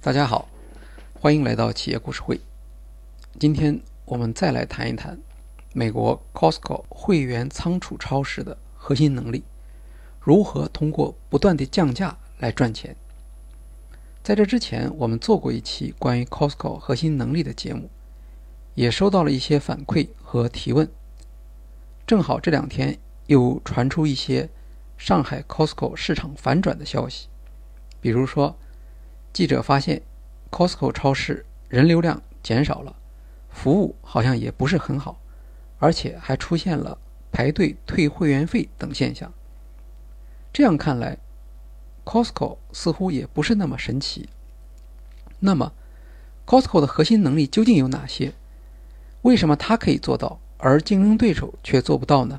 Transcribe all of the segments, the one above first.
大家好，欢迎来到企业故事会。今天我们再来谈一谈美国 Costco 会员仓储超市的核心能力，如何通过不断的降价来赚钱。在这之前，我们做过一期关于 Costco 核心能力的节目，也收到了一些反馈和提问。正好这两天又传出一些上海 Costco 市场反转的消息，比如说记者发现 Costco 超市人流量减少了，服务好像也不是很好，而且还出现了排队退会员费等现象。这样看来 Costco 似乎也不是那么神奇。那么 Costco 的核心能力究竟有哪些？为什么它可以做到，而竞争对手却做不到呢？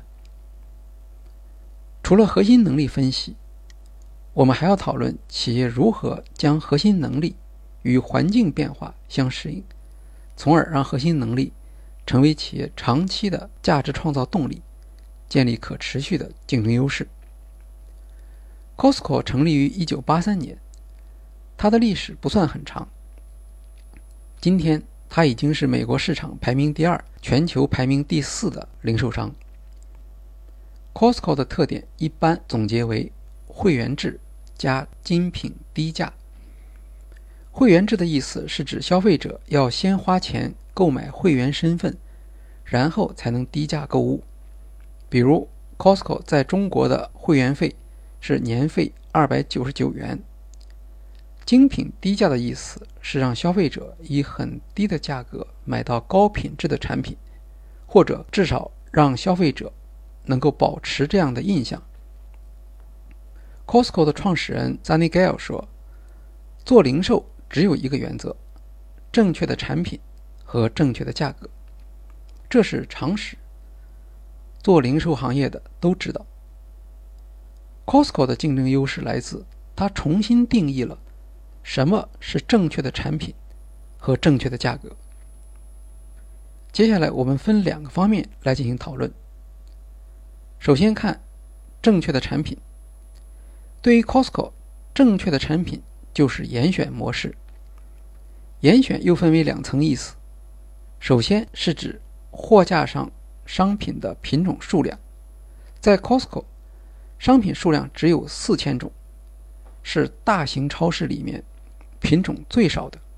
除了核心能力分析，我们还要讨论企业如何将核心能力与环境变化相适应，从而让核心能力成为企业长期的价值创造动力，建立可持续的竞争优势。Costco 成立于1983年，它的历史不算很长。今天它已经是美国市场排名第2、全球排名第4的零售商。Costco 的特点一般总结为会员制加精品低价。会员制的意思是指消费者要先花钱购买会员身份，然后才能低价购物。比如 Costco 在中国的会员费是年费299元。精品低价的意思是让消费者以很低的价格买到高品质的产品，或者至少让消费者能够保持这样的印象。Costco 的创始人 Sunny Gale 说，做零售只有一个原则，正确的产品和正确的价格。这是常识，做零售行业的都知道。Costco 的竞争优势来自它重新定义了什么是正确的产品和正确的价格。接下来我们分2个方面来进行讨论。首先看正确的产品。对于 Costco， 正确的产品就是严选模式。严选又分为2层意思。首先是指货架上商品的品种数量。在 Costco， 商品数量只有4000种，是大型超市里面品种最少的。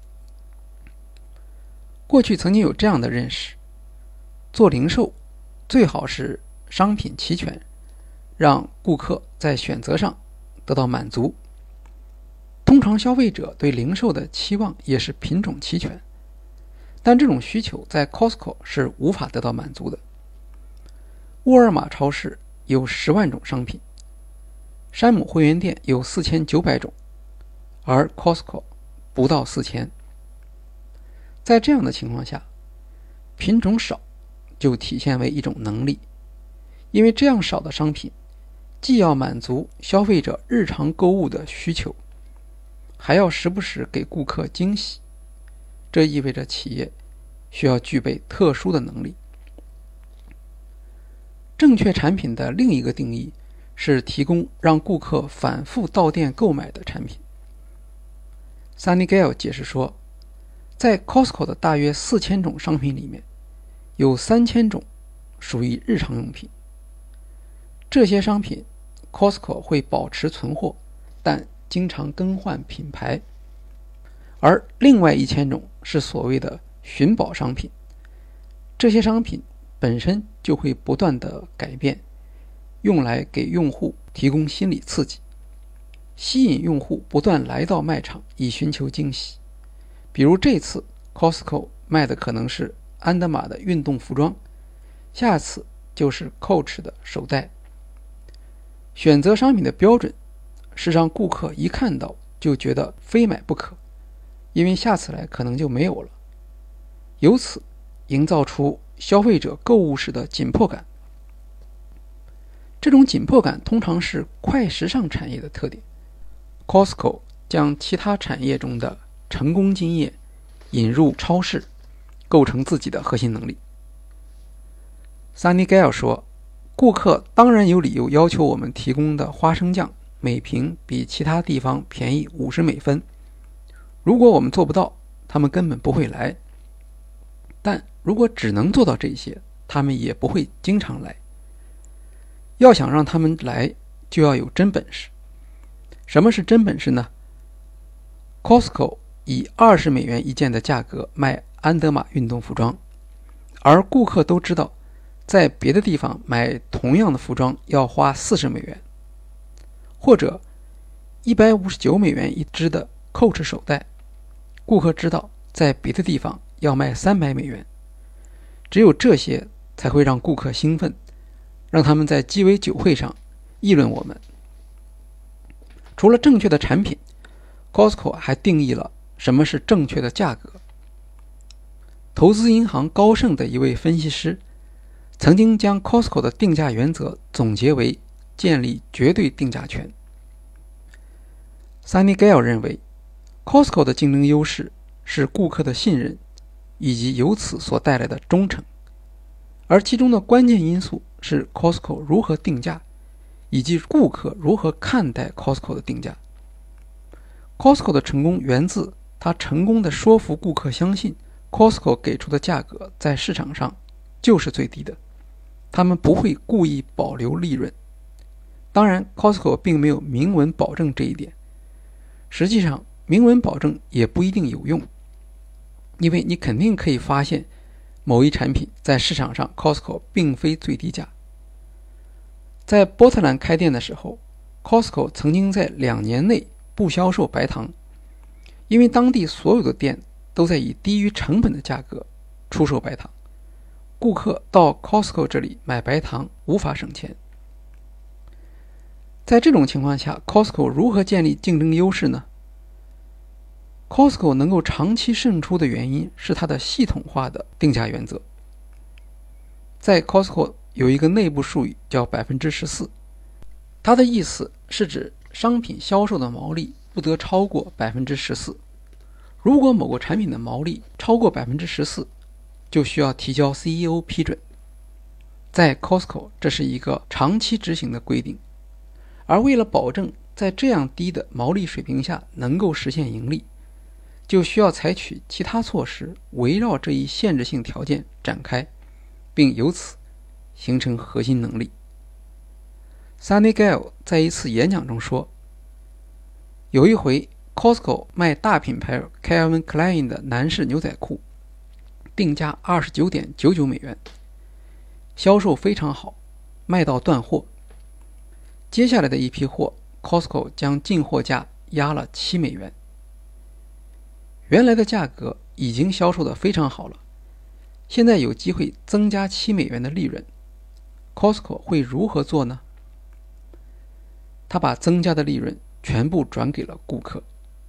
过去曾经有这样的认识，做零售最好是商品齐全，让顾客在选择上得到满足。通常消费者对零售的期望也是品种齐全，但这种需求在 Costco 是无法得到满足的。沃尔玛超市有10万种商品，山姆会员店有4900种，而 Costco 不到4000。在这样的情况下，品种少就体现为一种能力，因为这样少的商品既要满足消费者日常购物的需求，还要时不时给顾客惊喜。这意味着企业需要具备特殊的能力。正确产品的另一个定义是提供让顾客反复到店购买的产品。Sunny Gale 解释说，在 Costco 的大约4000种商品里面，有3000种属于日常用品。这些商品 Costco 会保持存货，但经常更换品牌。而另外1000种是所谓的寻宝商品，这些商品本身就会不断的改变，用来给用户提供心理刺激，吸引用户不断来到卖场以寻求惊喜。比如这次 Costco 卖的可能是安德玛的运动服装，下次就是 Coach 的手袋。选择商品的标准是让顾客一看到就觉得非买不可，因为下次来可能就没有了，由此营造出消费者购物时的紧迫感。这种紧迫感通常是快时尚产业的特点。Costco 将其他产业中的成功经验引入超市，构成自己的核心能力。Sunny Gale 说，顾客当然有理由要求我们提供的花生酱每瓶比其他地方便宜50美分。 如果我们做不到，他们根本不会来。但如果只能做到这些，他们也不会经常来。要想让他们来，就要有真本事。什么是真本事呢？ Costco 以20美元一件的价格卖安德玛运动服装，而顾客都知道在别的地方买同样的服装要花40美元，或者159美元一只的 Coach 手袋，顾客知道在别的地方要卖300美元。只有这些才会让顾客兴奋，让他们在鸡尾酒会上议论我们。除了正确的产品， Costco 还定义了什么是正确的价格。投资银行高盛的一位分析师曾经将 Costco 的定价原则总结为建立绝对定价权。Sunny Gale 认为 Costco 的竞争优势是顾客的信任以及由此所带来的忠诚，而其中的关键因素是 Costco 如何定价以及顾客如何看待 Costco 的定价。 Costco 的成功源自它成功地说服顾客相信 Costco 给出的价格在市场上就是最低的，他们不会故意保留利润。当然 Costco 并没有明文保证这一点，实际上明文保证也不一定有用，因为你肯定可以发现某一产品在市场上 Costco 并非最低价。在波特兰开店的时候， Costco 曾经在2年内不销售白糖，因为当地所有的店都在以低于成本的价格出售白糖，顾客到 Costco 这里买白糖无法省钱。在这种情况下， Costco 如何建立竞争优势呢？ Costco 能够长期胜出的原因是它的系统化的定价原则。在 Costco 有一个内部术语叫 14%， 它的意思是指商品销售的毛利不得超过 14%。 如果某个产品的毛利超过 14%， 就需要提交 CEO 批准。在 Costco 这是一个长期执行的规定，而为了保证在这样低的毛利水平下能够实现盈利，就需要采取其他措施围绕这一限制性条件展开，并由此形成核心能力。Sunny Gale 在一次演讲中说，有一回 Costco 卖大品牌 Calvin Klein 的男士牛仔裤，定价 29.99 美元，销售非常好，卖到断货。接下来的一批货 Costco 将进货价压了7美元。原来的价格已经销售得非常好了，现在有机会增加7美元的利润， Costco 会如何做呢？他把增加的利润全部转给了顾客。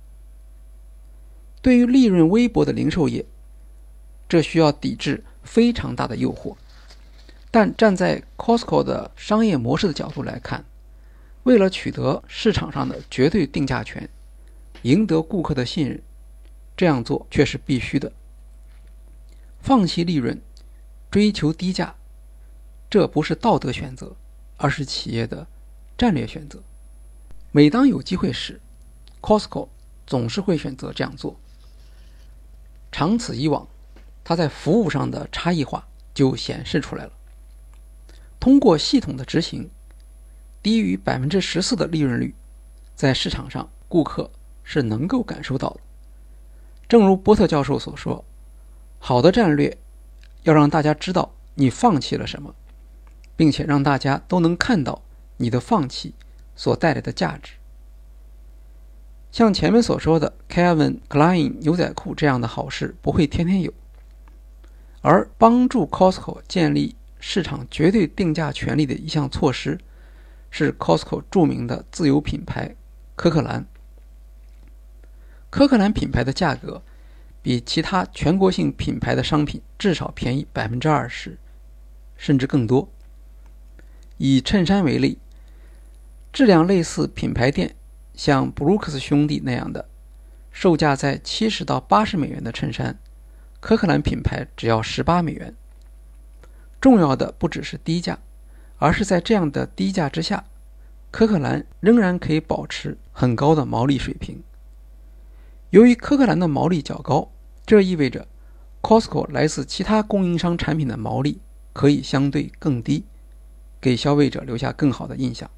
对于利润微薄的零售业，这需要抵制非常大的诱惑。但站在 Costco 的商业模式的角度来看，为了取得市场上的绝对定价权，赢得顾客的信任，这样做却是必须的。放弃利润，追求低价，这不是道德选择，而是企业的战略选择。每当有机会时， Costco 总是会选择这样做。长此以往，它在服务上的差异化就显示出来了。通过系统的执行，低于 14% 的利润率，在市场上顾客是能够感受到的。正如波特教授所说，好的战略要让大家知道你放弃了什么，并且让大家都能看到你的放弃所带来的价值。像前面所说的 Calvin Klein 牛仔裤这样的好事不会天天有，而帮助 Costco 建立市场绝对定价权利的一项措施是 Costco 著名的自有品牌科克兰。科克兰品牌的价格比其他全国性品牌的商品至少便宜 20%， 甚至更多。以衬衫为例，质量类似品牌店像布鲁克斯兄弟那样的售价在70到80美元的衬衫，科克兰品牌只要18美元。重要的不只是低价，而是在这样的低价之下，科克兰仍然可以保持很高的毛利水平。 由于科克兰的毛利较高，这意味着 Costco 来自其他供应商产品的毛利可以相对更低，给消费者留下更好的印象。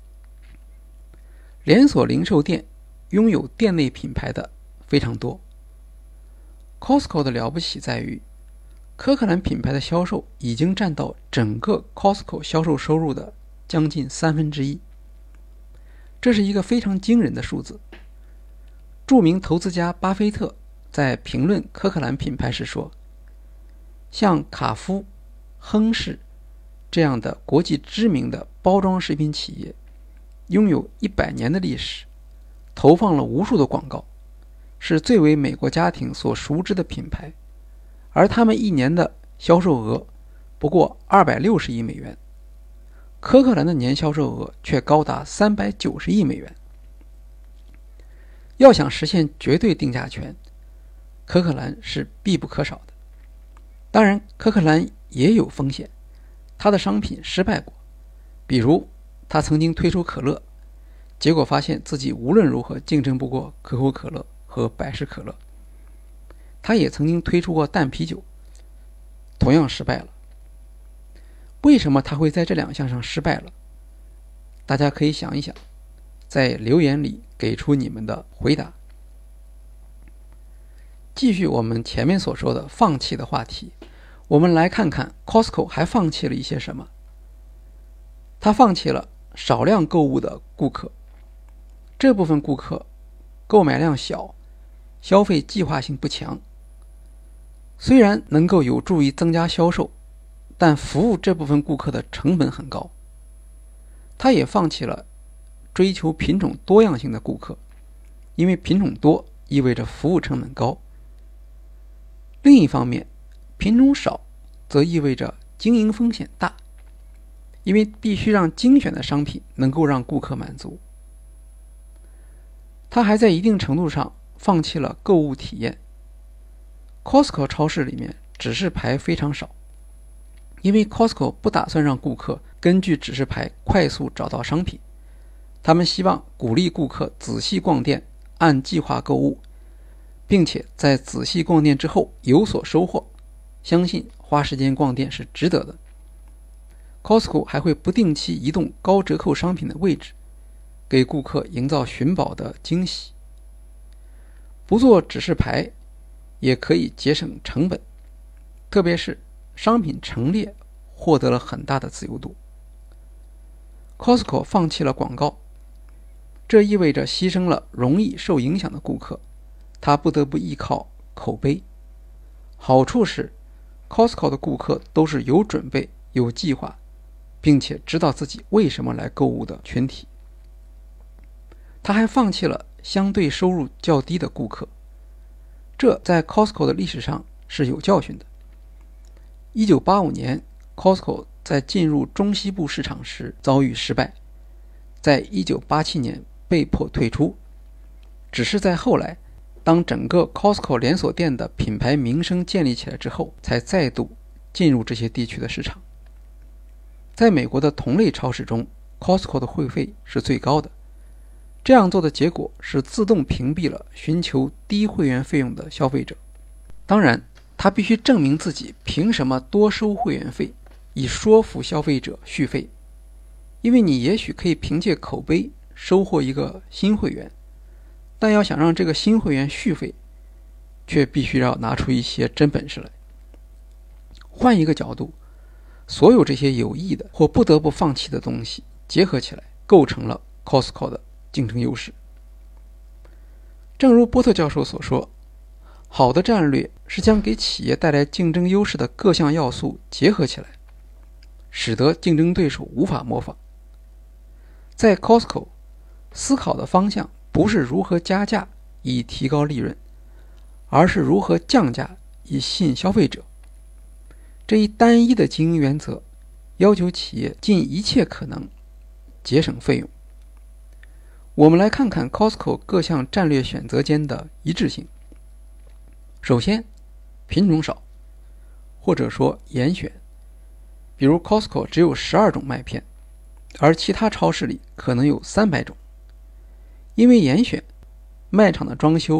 连锁零售店拥有店内品牌的非常多。Costco 的了不起在于，科克兰品牌的销售已经占到整个 Costco 销售收入的将近1/3，这是一个非常惊人的数字。著名投资家巴菲特在评论科克兰品牌时说，像卡夫、亨氏这样的国际知名的包装食品企业，拥有100年的历史，投放了无数的广告，是最为美国家庭所熟知的品牌，而他们一年的销售额不过260亿美元，科克兰的年销售额却高达390亿美元。要想实现绝对定价权，科克兰是必不可少的。当然，科克兰也有风险，它的商品失败过，比如他曾经推出可乐，结果发现自己无论如何竞争不过可口可乐和百事可乐。他也曾经推出过淡啤酒，同样失败了。为什么他会在这2项上失败了？大家可以想一想，在留言里给出你们的回答。继续我们前面所说的放弃的话题，我们来看看 Costco 还放弃了一些什么。他放弃了少量购物的顾客，这部分顾客购买量小，消费计划性不强，虽然能够有助于增加销售，但服务这部分顾客的成本很高。他也放弃了追求品种多样性的顾客，因为品种多意味着服务成本高。另一方面，品种少则意味着经营风险大，因为必须让精选的商品能够让顾客满足。他还在一定程度上放弃了购物体验。Costco 超市里面指示牌非常少，因为 Costco 不打算让顾客根据指示牌快速找到商品，他们希望鼓励顾客仔细逛店，按计划购物，并且在仔细逛店之后有所收获，相信花时间逛店是值得的。Costco 还会不定期移动高折扣商品的位置，给顾客营造寻宝的惊喜。不做指示牌也可以节省成本，特别是商品陈列获得了很大的自由度。Costco 放弃了广告，这意味着牺牲了容易受影响的顾客，他不得不依靠口碑。好处是 Costco 的顾客都是有准备、有计划，并且知道自己为什么来购物的群体。他还放弃了相对收入较低的顾客，这在 Costco 的历史上是有教训的。1985年 Costco 在进入中西部市场时遭遇失败，在1987年被迫退出，只是在后来，当整个 Costco 连锁店的品牌名声建立起来之后，才再度进入这些地区的市场。在美国的同类超市中， Costco 的会费是最高的，这样做的结果是自动屏蔽了寻求低会员费用的消费者。当然，他必须证明自己凭什么多收会员费，以说服消费者续费。因为你也许可以凭借口碑收获一个新会员，但要想让这个新会员续费，却必须要拿出一些真本事来。换一个角度，所有这些有益的或不得不放弃的东西结合起来，构成了 Costco 的竞争优势。正如波特教授所说，好的战略是将给企业带来竞争优势的各项要素结合起来，使得竞争对手无法模仿。在 Costco， 思考的方向不是如何加价以提高利润，而是如何降价以吸引消费者。这一单一的经营原则要求企业尽一切可能节省费用。我们来看看 Costco 各项战略选择间的一致性。首先，品种少，或者说严选。比如 Costco 只有12种麦片，而其他超市里可能有300种。因为严选，卖场的装修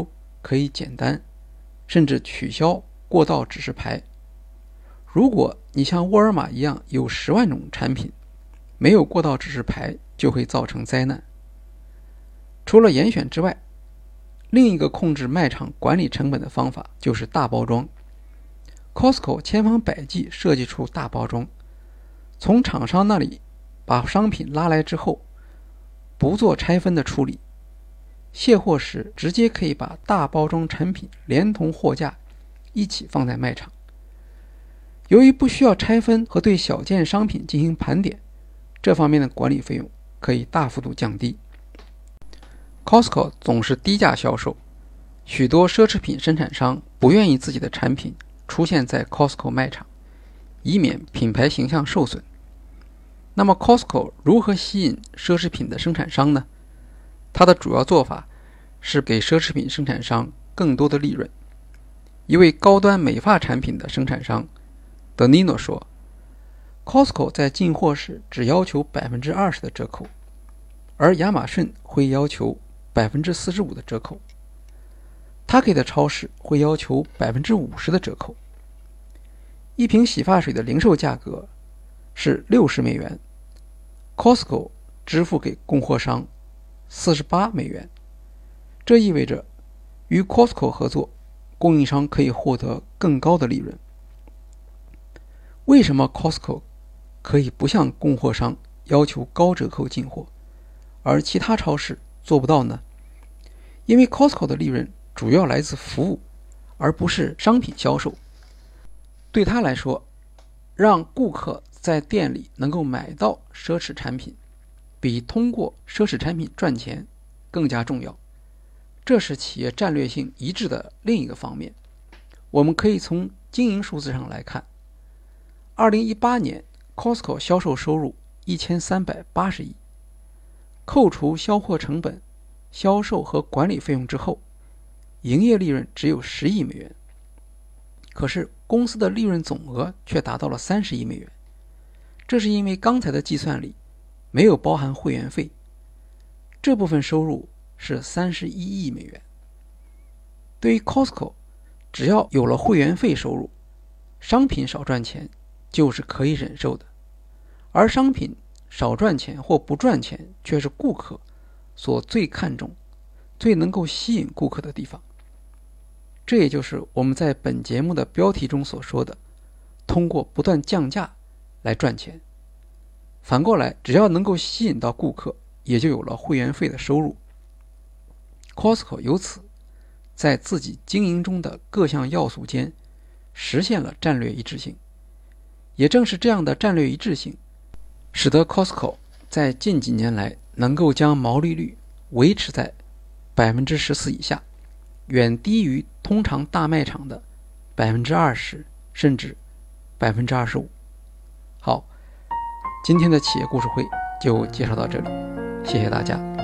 可以简单，甚至取消过道指示牌。如果你像沃尔玛一样有10万种产品，没有过道指示牌就会造成灾难。除了严选之外，另一个控制卖场管理成本的方法就是大包装。Costco 千方百计设计出大包装，从厂商那里把商品拉来之后，不做拆分的处理，卸货时直接可以把大包装产品连同货架一起放在卖场。由于不需要拆分和对小件商品进行盘点，这方面的管理费用可以大幅度降低。Costco 总是低价销售，许多奢侈品生产商不愿意自己的产品出现在 Costco 卖场，以免品牌形象受损。那么 Costco 如何吸引奢侈品的生产商呢？它的主要做法是给奢侈品生产商更多的利润。一位高端美发产品的生产商德尼诺说， Costco 在进货时只要求 20% 的折扣，而亚马逊会要求 45% 的折扣，他给的超市会要求 50% 的折扣。一瓶洗发水的零售价格是60美元， Costco 支付给供货商48美元。这意味着与 Costco 合作，供应商可以获得更高的利润。为什么 Costco 可以不向供货商要求高折扣进货，而其他超市做不到呢？因为 Costco 的利润主要来自服务，而不是商品销售。对他来说，让顾客在店里能够买到奢侈产品，比通过奢侈产品赚钱更加重要。这是企业战略性一致的另一个方面。我们可以从经营数字上来看，2018年 Costco 销售收入1380亿，扣除销货成本、销售和管理费用之后，营业利润只有10亿美元。可是公司的利润总额却达到了30亿美元，这是因为刚才的计算里没有包含会员费，这部分收入是31亿美元。对于 Costco， 只要有了会员费收入，商品少赚钱就是可以忍受的，而商品少赚钱或不赚钱却是顾客所最看重、最能够吸引顾客的地方。这也就是我们在本节目的标题中所说的，通过不断降价来赚钱。反过来，只要能够吸引到顾客，也就有了会员费的收入。Costco 由此在自己经营中的各项要素间实现了战略一致性。也正是这样的战略一致性，使得 Costco 在近几年来能够将毛利率维持在 14% 以下，远低于通常大卖场的 20% 甚至 25%。 好，今天的企业故事会就介绍到这里，谢谢大家。